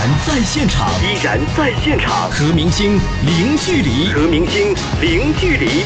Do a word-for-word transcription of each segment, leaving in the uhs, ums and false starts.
然在现场， 依然在现场， 和明星零距离， 和明星零距离。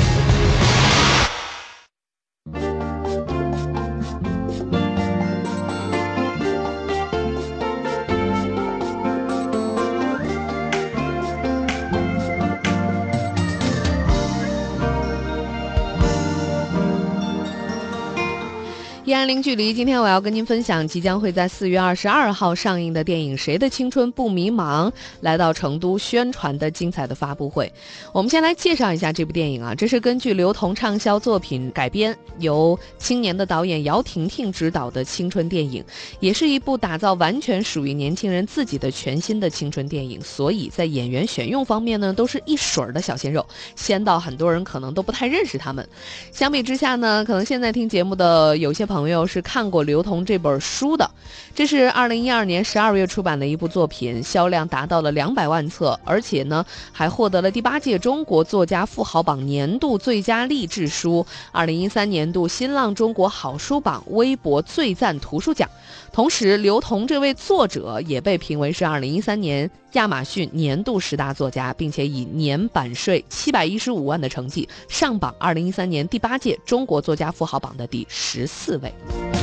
依然零距离，今天我要跟您分享即将会在四月二十二号上映的电影《谁的青春不迷茫》来到成都宣传的精彩的发布会。我们先来介绍一下这部电影啊，这是根据刘同畅销作品改编，由青年的导演姚婷婷执导的青春电影，也是一部打造完全属于年轻人自己的全新的青春电影。所以在演员选用方面呢，都是一水儿的小鲜肉，鲜到很多人可能都不太认识他们。相比之下呢，可能现在听节目的有些朋友是看过刘同这本书的，这是二零一二年十二月出版的一部作品，销量达到了两百万册，而且呢还获得了第八届中国作家富豪榜年度最佳励志书、二零一三年度新浪中国好书榜微博最赞图书奖。同时，刘同这位作者也被评为是二零一三年亚马逊年度十大作家，并且以年版税七百一十五万的成绩上榜二零一三年第八届中国作家富豪榜的第十四位。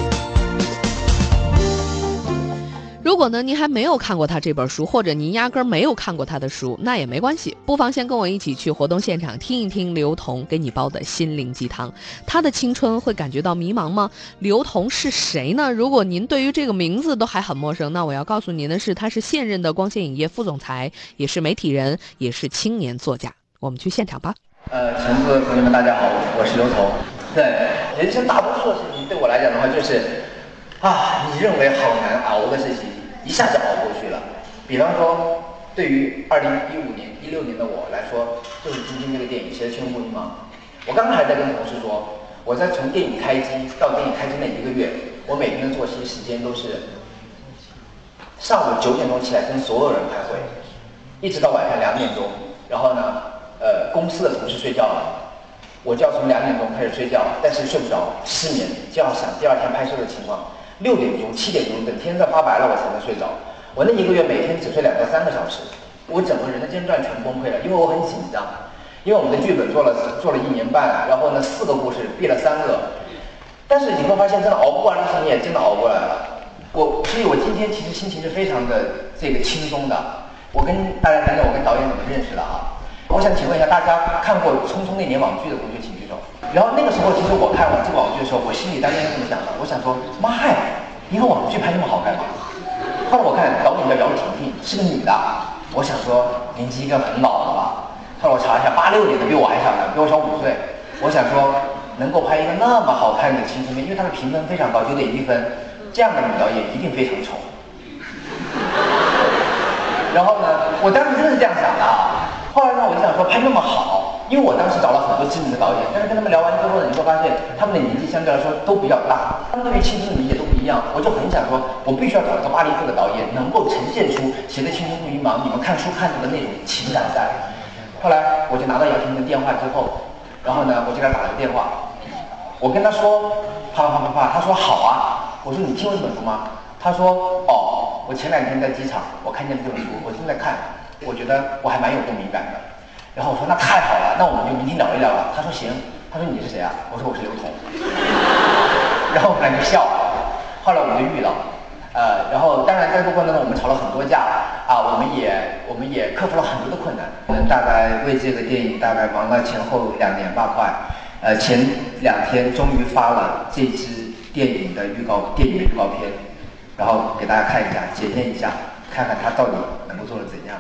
如果呢您还没有看过他这本书，或者您压根儿没有看过他的书，那也没关系，不妨先跟我一起去活动现场听一听刘同给你煲的心灵鸡汤。他的青春会感觉到迷茫吗？刘同是谁呢？如果您对于这个名字都还很陌生，那我要告诉您的是，他是现任的光线影业副总裁，也是媒体人，也是青年作家。我们去现场吧。 呃，成都的朋友们大家好，我是刘同。对，人生大多数的事情对我来讲的话，就是啊，你认为好难熬的事情，一下就熬过去了。比方说，对于二零一五年、一六年的我来说，就是今天这个电影《谁的青春不迷茫》。我刚刚还在跟同事说，我在从电影开机到电影开机那一个月，我每天的作息时间都是上午九点钟起来跟所有人开会，一直到晚上两点钟，然后呢，呃，公司的同事睡觉了。我就要从两点钟开始睡觉，但是睡不着，失眠，就要想第二天拍摄的情况。六点钟、七点钟，等天色发白了，我才能睡着。我那一个月每天只睡两到三个小时，我整个人的间断全崩溃了，因为我很紧张，因为我们的剧本做了做了一年半，然后呢四个故事闭了三个，但是你会发现真的熬不过来的时候，你也真的熬过来了。我所以，我今天其实心情是非常的这个轻松的。我跟大家讲讲我跟导演怎么认识的啊。我想请问一下大家，看过《匆匆那年》网剧的同学请举手。然后那个时候，其实我看完这个网剧的时候，我心里当年是这么想的，我想说，妈呀，一个网剧拍那么好干嘛？后来我看导演叫姚婷婷，是个女的，我想说年纪应该很老了吧。后来我查一下，八六年的，比我还小呢，比我小五岁。我想说，能够拍一个那么好看的青春片，因为它的评分非常高，九点一分，这样的女导演一定非常丑。然后呢，我当时真的是这样想的啊。后来呢，我就想说拍那么好，因为我当时找了很多知名的导演，但是跟他们聊完之后呢，你会发现他们的年纪相对来说都比较大，他们对于青春的理解都不一样。我就很想说，我必须要找一个八零后的导演，能够呈现出谁的青春不迷茫，你们看书看着的那种情感在。后来我就拿到姚婷的电话之后，然后呢，我就给他打了个电话，我跟他说，啪啪啪啪啪，他说好啊。我说你听过这本书吗？他说哦，我前两天在机场，我看见了这本书，我正在看。我觉得我还蛮有共鸣感的，然后我说那太好了，那我们就明天聊一聊了。他说行，他说你是谁啊？我说我是刘同，然后我们俩就笑了。后来我们就遇到，呃，然后当然在这个过程中我们吵了很多架啊，我们也我们也克服了很多的困难。我们大概为这个电影大概忙了前后两年吧，快，呃，前两天终于发了这支电影的预告电影的预告片，然后给大家看一下，检验一下，看看它到底能够做得怎样。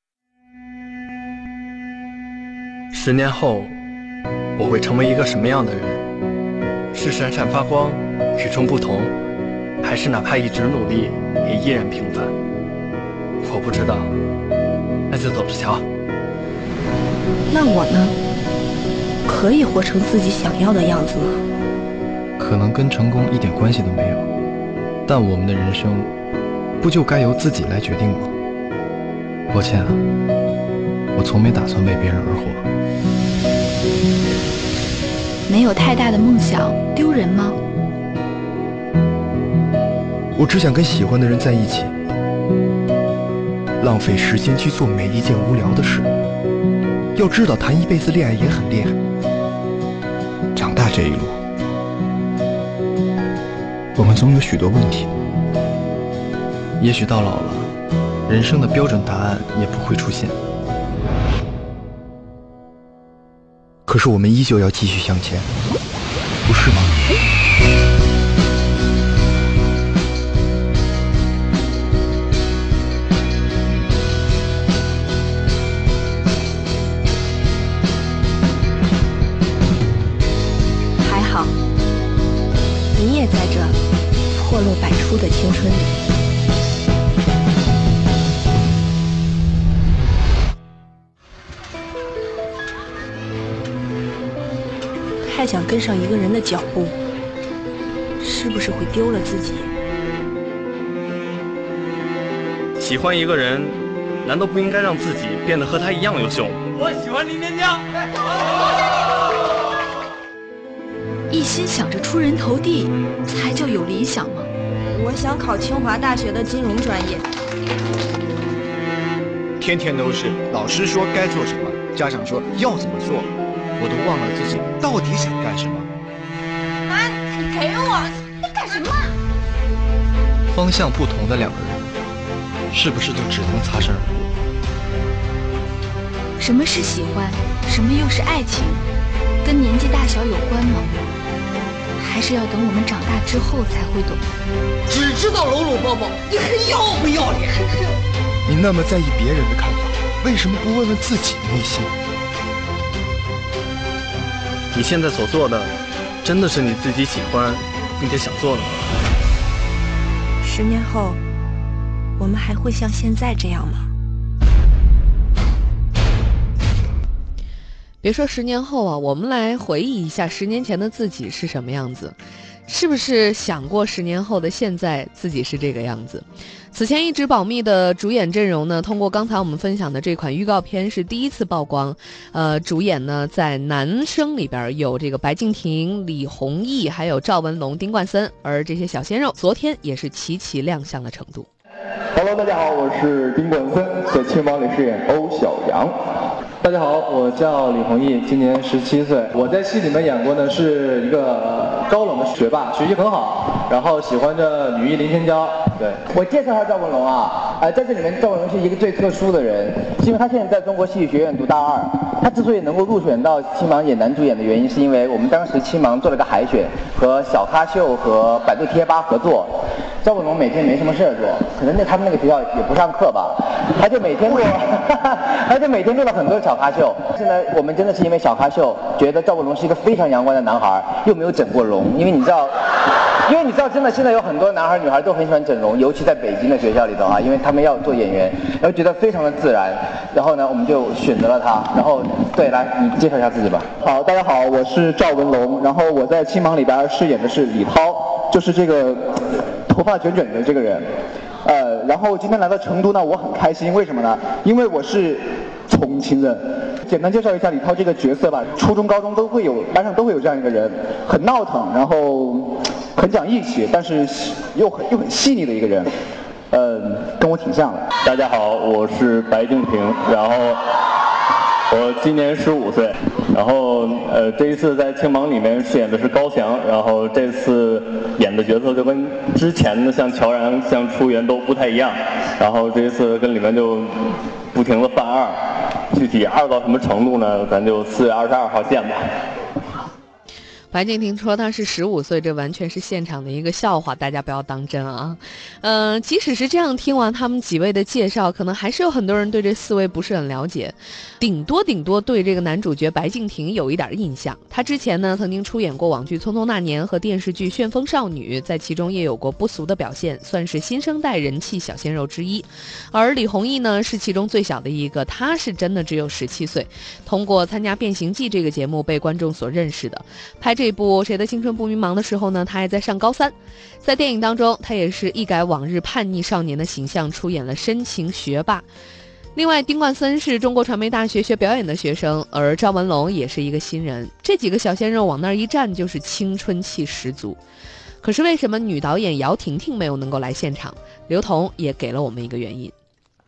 十年后，我会成为一个什么样的人？是闪闪发光、与众不同，还是哪怕一直努力，也依然平凡？我不知道，那就走着瞧。 那我呢？可以活成自己想要的样子吗？ 可能跟成功一点关系都没有，但我们的人生，不就该由自己来决定吗？抱歉啊，我从没打算为别人而活。 没有太大的梦想，丢人吗？ 我只想跟喜欢的人在一起， 浪费时间去做每一件无聊的事。要知道，谈一辈子恋爱也很厉害。长大这一路，我们总有许多问题。也许到老了，人生的标准答案也不会出现。可是我们依旧要继续向前，不是吗？ 还好，你也在这破落百出的青春里。太想跟上一个人的脚步，是不是会丢了自己？ 喜欢一个人，难道不应该让自己变得和他一样优秀吗？ 我喜欢林天江。 一心想着出人头地，才叫有理想吗？ 我想考清华大学的金融专业。 天天都是老师说该做什么，家长说要怎么做，我都忘了自己到底想干什么。 妈，你陪我，你干什么？ 方向不同的两个人，是不是就只能擦身而过？ 什么是喜欢，什么又是爱情？跟年纪大小有关吗？还是要等我们长大之后才会懂？ 只知道搂搂抱抱，你还要不要脸？ 你那么在意别人的看法，为什么不问问自己的内心？ 你现在所做的，真的是你自己喜欢并且想做的吗？ 十年后，我们还会像现在这样吗？ 别说十年后啊，我们来回忆一下十年前的自己是什么样子，是不是想过十年后的现在自己是这个样子？此前一直保密的主演阵容呢，通过刚才我们分享的这款预告片是第一次曝光。呃，主演呢在男生里边有这个白敬亭、李弘毅，还有赵文龙、丁冠森，而这些小鲜肉昨天也是齐齐亮相了成都。 Hello， 大家好，我是丁冠森，在《青芒》里饰演欧小阳。大家好，我叫李弘毅，今年十七岁。我在戏里面演过呢，是一个高冷的学霸，学习很好，然后喜欢着女一林天骄。对， 我介绍一下赵文龙啊，呃，在这里面赵文龙是一个最特殊的人，是因为他现在在中国戏剧学院读大二。他之所以能够入选到青芒演男主演的原因，是因为我们当时青芒做了个海选，和小咖秀和百度贴吧合作。赵文龙每天没什么事儿做，可能那他们那个学校也不上课吧，他就每天做，他就每天做了很多小咖秀。但是呢，我们真的是因为小咖秀，觉得赵文龙是一个非常阳光的男孩，又没有整过容，因为你知道。因为你知道，真的现在有很多男孩女孩都很喜欢整容，尤其在北京的学校里头啊，因为他们要做演员，然后觉得非常的自然。然后呢，我们就选择了他。然后，对，来，你介绍一下自己吧。 好，大家好，我是赵文龙，然后我在《青芒》里边饰演的是李涛，就是这个头发卷卷的这个人。呃，然后今天来到成都呢，我很开心，为什么呢？因为我是重庆人。简单介绍一下李涛这个角色吧。初中、高中都会有，班上都会有这样一个人，很闹腾，然后很讲义气，但是又很又很细腻的一个人。呃，跟我挺像的。 大家好，我是白敬亭，然后我今年十五岁，然后呃这一次在青芒里面饰演的是高翔，然后这次演的角色就跟之前的像乔然、像初原都不太一样，然后这一次跟里面就不停的犯二，具体二到什么程度呢？咱就四月二十二号见吧。 白敬亭说他是十五岁，这完全是现场的一个笑话，大家不要当真啊。嗯、呃，即使是这样，听完他们几位的介绍，可能还是有很多人对这四位不是很了解，顶多顶多对这个男主角白敬亭有一点印象。他之前呢曾经出演过网剧《匆匆那年》和电视剧《旋风少女》，在其中也有过不俗的表现，算是新生代人气小鲜肉之一。而李弘毅呢是其中最小的一个，他是真的只有十七岁，通过参加《变形记》这个节目被观众所认识的。拍这部《谁的青春不迷茫》的时候呢，他还在上高三。在电影当中，他也是一改往日叛逆少年的形象，出演了深情学霸。另外，丁冠森是中国传媒大学学表演的学生，而赵文龙也是一个新人。这几个小鲜肉往那儿一站，就是青春气十足。可是为什么女导演姚婷婷没有能够来现场？刘同也给了我们一个原因。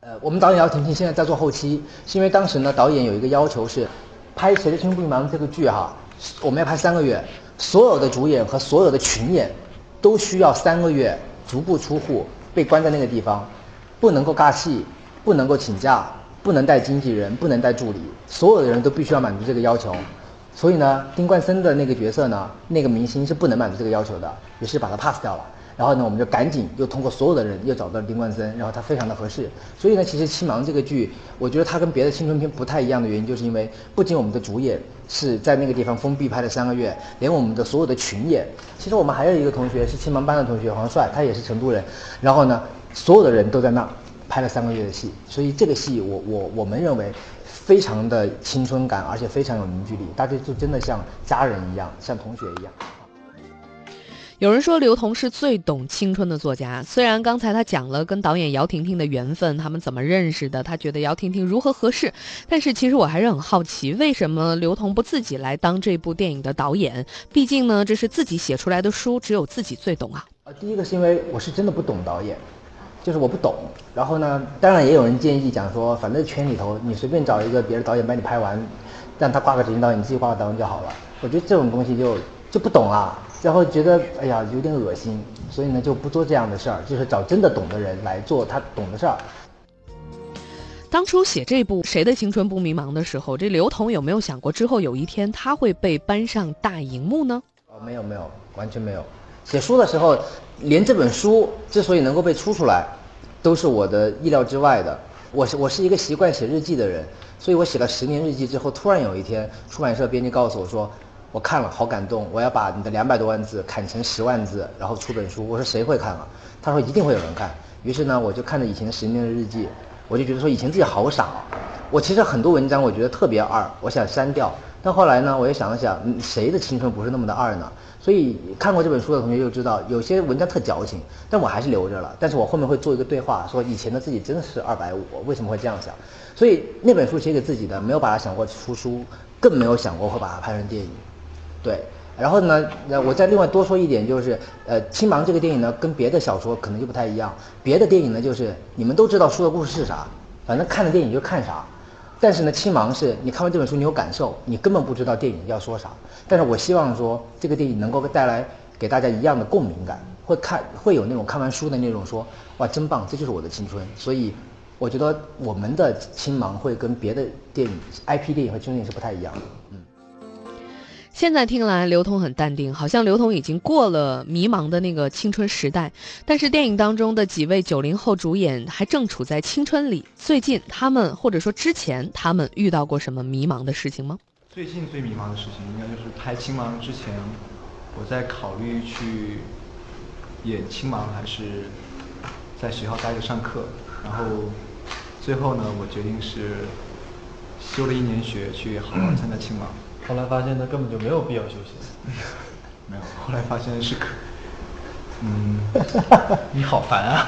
呃，我们导演姚婷婷现在在做后期，是因为当时呢，导演有一个要求是，拍《谁的青春不迷茫》这个剧哈，我们要拍三个月，所有的主演和所有的群演都需要三个月足不出户，被关在那个地方，不能够尬戏，不能够请假，不能带经纪人，不能带助理，所有的人都必须要满足这个要求。所以呢，丁冠森的那个角色呢，那个明星是不能满足这个要求的，于是把他 pass 掉了。然后呢，我们就赶紧又通过所有的人又找到了丁冠森，然后他非常的合适。所以呢，其实《青芒》这个剧，我觉得它跟别的青春片不太一样的原因，就是因为不仅我们的主演是在那个地方封闭拍了三个月，连我们的所有的群演，其实我们还有一个同学是青芒班的同学黄帅，他也是成都人，然后呢，所有的人都在那拍了三个月的戏，所以这个戏我我我们认为非常的青春感，而且非常有凝聚力，大家就真的像家人一样，像同学一样。 有人说刘同是最懂青春的作家，虽然刚才他讲了跟导演姚婷婷的缘分，他们怎么认识的，他觉得姚婷婷如何合适，但是其实我还是很好奇，为什么刘同不自己来当这部电影的导演？毕竟呢，这是自己写出来的书，只有自己最懂啊。 呃，第一个是因为我是真的不懂导演，就是我不懂。然后呢，当然也有人建议讲说，反正圈里头你随便找一个别的导演帮你拍完，让他挂个执行导演，你自己挂个导演就好了。我觉得这种东西就就不懂啊。然后觉得哎呀有点恶心，所以呢就不做这样的事儿，就是找真的懂的人来做他懂的事儿。 当初写这部《谁的青春不迷茫》的时候，这刘同有没有想过之后有一天他会被搬上大荧幕呢？ 哦，没有没有，完全没有。写书的时候，连这本书之所以能够被出出来，都是我的意料之外的。我是我是一个习惯写日记的人，所以我写了十年日记之后，突然有一天出版社编辑告诉我说，我看了好感动，我要把你的两百多万字砍成十万字，然后出本书。我说谁会看啊？他说一定会有人看。于是呢，我就看着以前十年的日记，我就觉得说以前自己好傻。我其实很多文章我觉得特别二，我想删掉。但后来呢，我也想了想，嗯，谁的青春不是那么的二呢？所以看过这本书的同学就知道，有些文章特矫情，但我还是留着了。但是我后面会做一个对话，说以前的自己真的是二百五，为什么会这样想？所以那本书写给自己的，没有把它想过出书，更没有想过会把它拍成电影。对，然后呢，呃，我再另外多说一点，就是呃，《青芒》这个电影呢，跟别的小说可能就不太一样。别的电影呢，就是你们都知道书的故事是啥，反正看的电影就看啥。但是呢，《青芒》是你看完这本书，你有感受，你根本不知道电影要说啥。但是我希望说，这个电影能够带来给大家一样的共鸣感，会看会有那种看完书的那种说，哇，真棒，这就是我的青春。所以，我觉得我们的《青芒》会跟别的电影 I P 电影和青春电影是不太一样的。嗯。 现在听来刘同很淡定，好像刘同已经过了迷茫的那个青春时代，但是电影当中的几位九零后主演还正处在青春里。最近他们或者说之前他们遇到过什么迷茫的事情吗？ 最近最迷茫的事情应该就是拍青芒之前，我在考虑去演青芒还是在学校待着上课，然后最后呢我决定是休了一年学去好好参加青芒。 后来发现他根本就没有必要休息。 没有，后来发现是可，嗯，你好烦啊，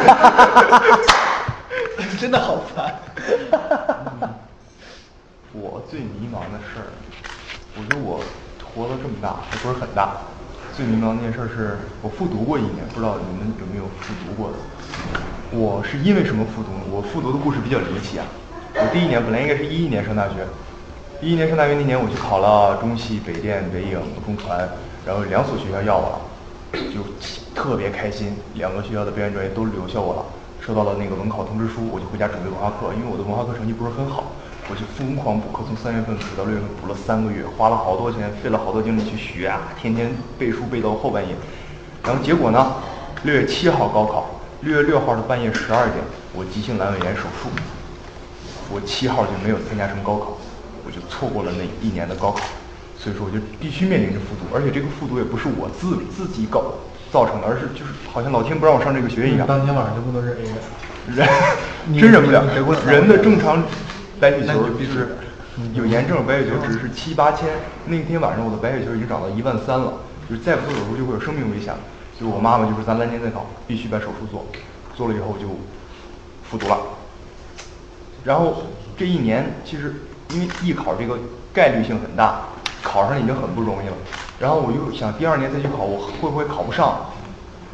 真的好烦。 嗯、我最迷茫的事儿，我觉得我活了这么大，还不是很大，最迷茫的一件事是我复读过一年，不知道你们有没有复读过的？我是因为什么复读呢？我复读的故事比较离奇啊。我第一年本来应该是一一年上大学。一一年上大学那年，我去考了中戏、北电、北影、中传，然后两所学校要我了，就特别开心。两个学校的表演专业都留校我了，收到了那个文考通知书，我就回家准备文化课。因为我的文化课成绩不是很好，我就疯狂补课，从三月份补到六月份，补了三个月，花了好多钱，费了好多精力去学啊，天天背书背到后半夜。然后结果呢，六月七号高考，六月六号的半夜十二点，我急性阑尾炎手术，我七号就没有参加成高考。我就错过了那一年的高考，所以说我就必须面临着复读，而且这个复读也不是我自自己搞造成的，而是就是好像老天不让我上这个学一样。 当天晚上就不能忍一忍， 忍真忍不了。人的正常白血球就是有炎症，白血球值是七八千，那天晚上我的白血球已经涨到一万三了，就是再不做手术就会有生命危险。所以我妈妈就说咱来年再考，必须把手术做，做了以后就复读了。然后这一年其实。因为艺考这个概率性很大，考上已经很不容易了。然后我又想第二年再去考，我会不会考不上？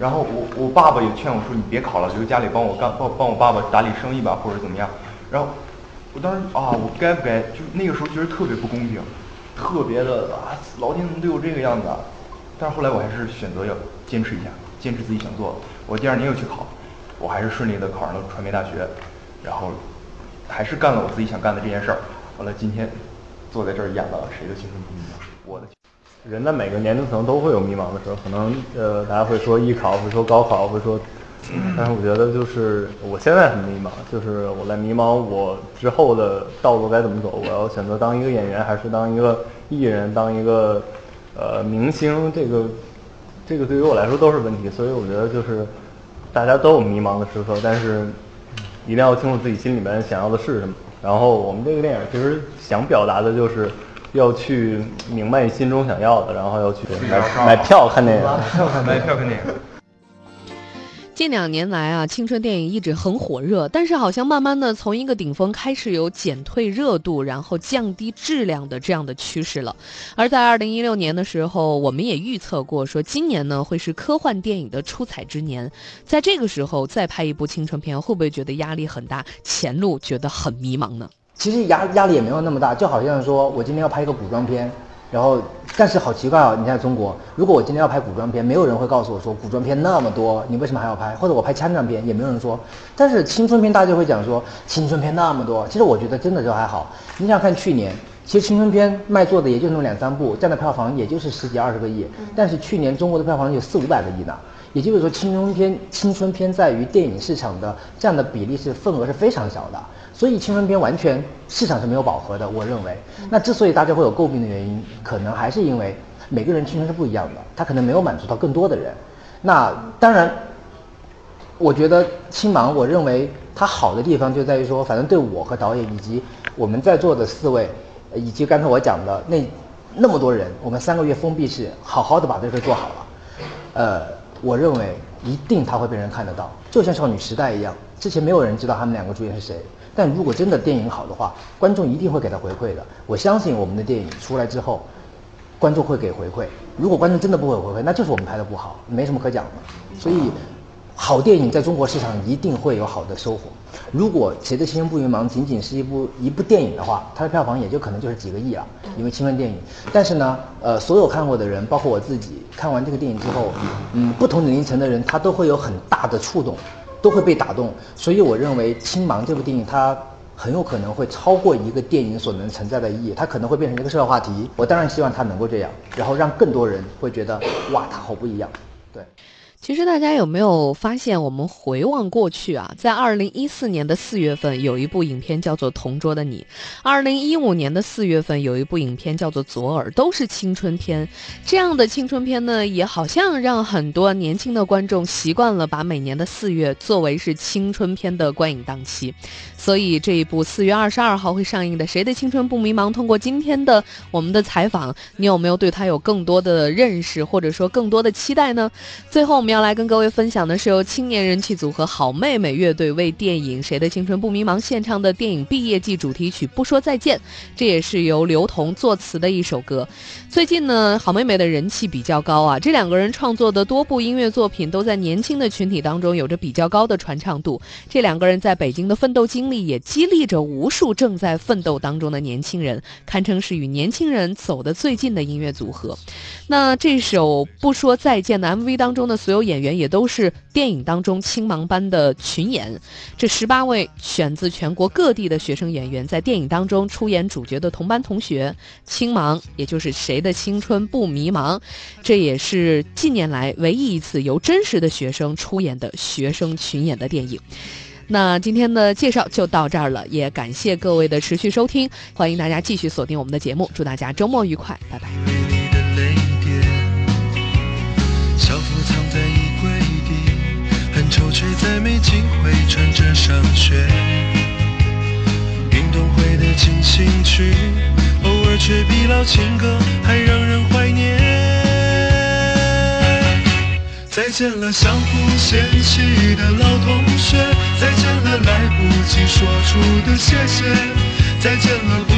然后我我爸爸也劝我说你别考了，留家里帮我干帮帮我爸爸打理生意吧，或者怎么样。然后我当时啊，我该不该？就那个时候觉得特别不公平，特别的啊，老天怎么对我这个样子啊？但是后来我还是选择要坚持一下，坚持自己想做的。我第二年又去考，我还是顺利的考上了传媒大学，然后还是干了我自己想干的这件事儿。完了，今天坐在这儿演了谁的青春不迷茫？我的。 人在每个年龄层都会有迷茫的时候，可能呃大家会说艺考，会说高考，会说，但是我觉得就是我现在很迷茫，就是我在迷茫我之后的道路该怎么走，我要选择当一个演员，还是当一个艺人，当一个呃明星，这个这个对于我来说都是问题，所以我觉得就是大家都有迷茫的时刻，但是一定要清楚自己心里面想要的是什么。然后我们这个电影其实想表达的就是要去明白你心中想要的，然后要去买买票看电影， 买票看电影。 近两年来啊，青春电影一直很火热，但是好像慢慢的从一个顶峰开始有减退热度，然后降低质量的这样的趋势了。而在二零一六年的时候，我们也预测过说今年呢会是科幻电影的出彩之年。在这个时候再拍一部青春片，会不会觉得压力很大，前路觉得很迷茫呢？ 其实压压力也没有那么大，就好像说我今天要拍一个古装片，然后但是好奇怪啊！你看中国，如果我今天要拍古装片，没有人会告诉我说古装片那么多，你为什么还要拍？或者我拍枪战片，也没有人说。但是青春片大家会讲说青春片那么多，其实我觉得真的就还好。你想想看去年，其实青春片卖座的也就那么两三部，占的票房也就是十几二十个亿，但是去年中国的票房有四五百个亿呢。也就是说，青春片青春片在于电影市场的这样的比例是份额是非常小的，所以青春片完全市场是没有饱和的。我认为，那之所以大家会有诟病的原因，可能还是因为每个人青春是不一样的，他可能没有满足到更多的人。那当然，我觉得青芒，我认为它好的地方就在于说，反正对我和导演以及我们在座的四位，以及刚才我讲的那那么多人，我们三个月封闭式，好好的把这个做好了，呃。我认为一定他会被人看得到，就像少女时代一样，之前没有人知道他们两个主演是谁，但如果真的电影好的话，观众一定会给他回馈的。我相信我们的电影出来之后，观众会给回馈。如果观众真的不会回馈，那就是我们拍的不好，没什么可讲的。所以好电影在中国市场一定会有好的收获。如果谁的青春不迷茫仅仅是一部一部电影的话，它的票房也就可能就是几个亿了，因为青春电影。但是呢，呃，所有看过的人，包括我自己，看完这个电影之后，嗯，不同年龄层的人，他都会有很大的触动，都会被打动。所以我认为《青芒》这部电影，它很有可能会超过一个电影所能承载的意义，它可能会变成一个社会话题。我当然希望它能够这样，然后让更多人会觉得，哇，它好不一样。对。 其实大家有没有发现，我们回望过去啊，在二零一四年的四月份有一部影片叫做《同桌的你》，二零一五年的四月份有一部影片叫做《左耳》，都是青春片。这样的青春片呢，也好像让很多年轻的观众习惯了把每年的四月作为是青春片的观影档期。所以这一部四月二十二号会上映的《谁的青春不迷茫》，通过今天的我们的采访，你有没有对它有更多的认识，或者说更多的期待呢？最后我们要来跟各位分享的是由青年人气组合好妹妹乐队为电影《谁的青春不迷茫》献唱的电影毕业季主题曲《不说再见》，这也是由刘同作词的一首歌。最近呢，好妹妹的人气比较高啊，这两个人创作的多部音乐作品都在年轻的群体当中有着比较高的传唱度。这两个人在北京的奋斗经历也激励着无数正在奋斗当中的年轻人，堪称是与年轻人走得最近的音乐组合。那这首《不说再见》的 M V 当中的所有演员也都是电影当中青芒班的群演，这十八位选自全国各地的学生演员在电影当中出演主角的同班同学。青芒也就是谁的青春不迷茫，这也是近年来唯一一次由真实的学生出演的学生群演的电影。那今天的介绍就到这儿了，也感谢各位的持续收听，欢迎大家继续锁定我们的节目，祝大家周末愉快，拜拜。 校服藏在衣柜底，很愁却再没机会穿着上学。运动会的进行曲，偶尔却比老情歌还让人怀念。再见了相互嫌弃的老同学，再见了来不及说出的谢谢，再见了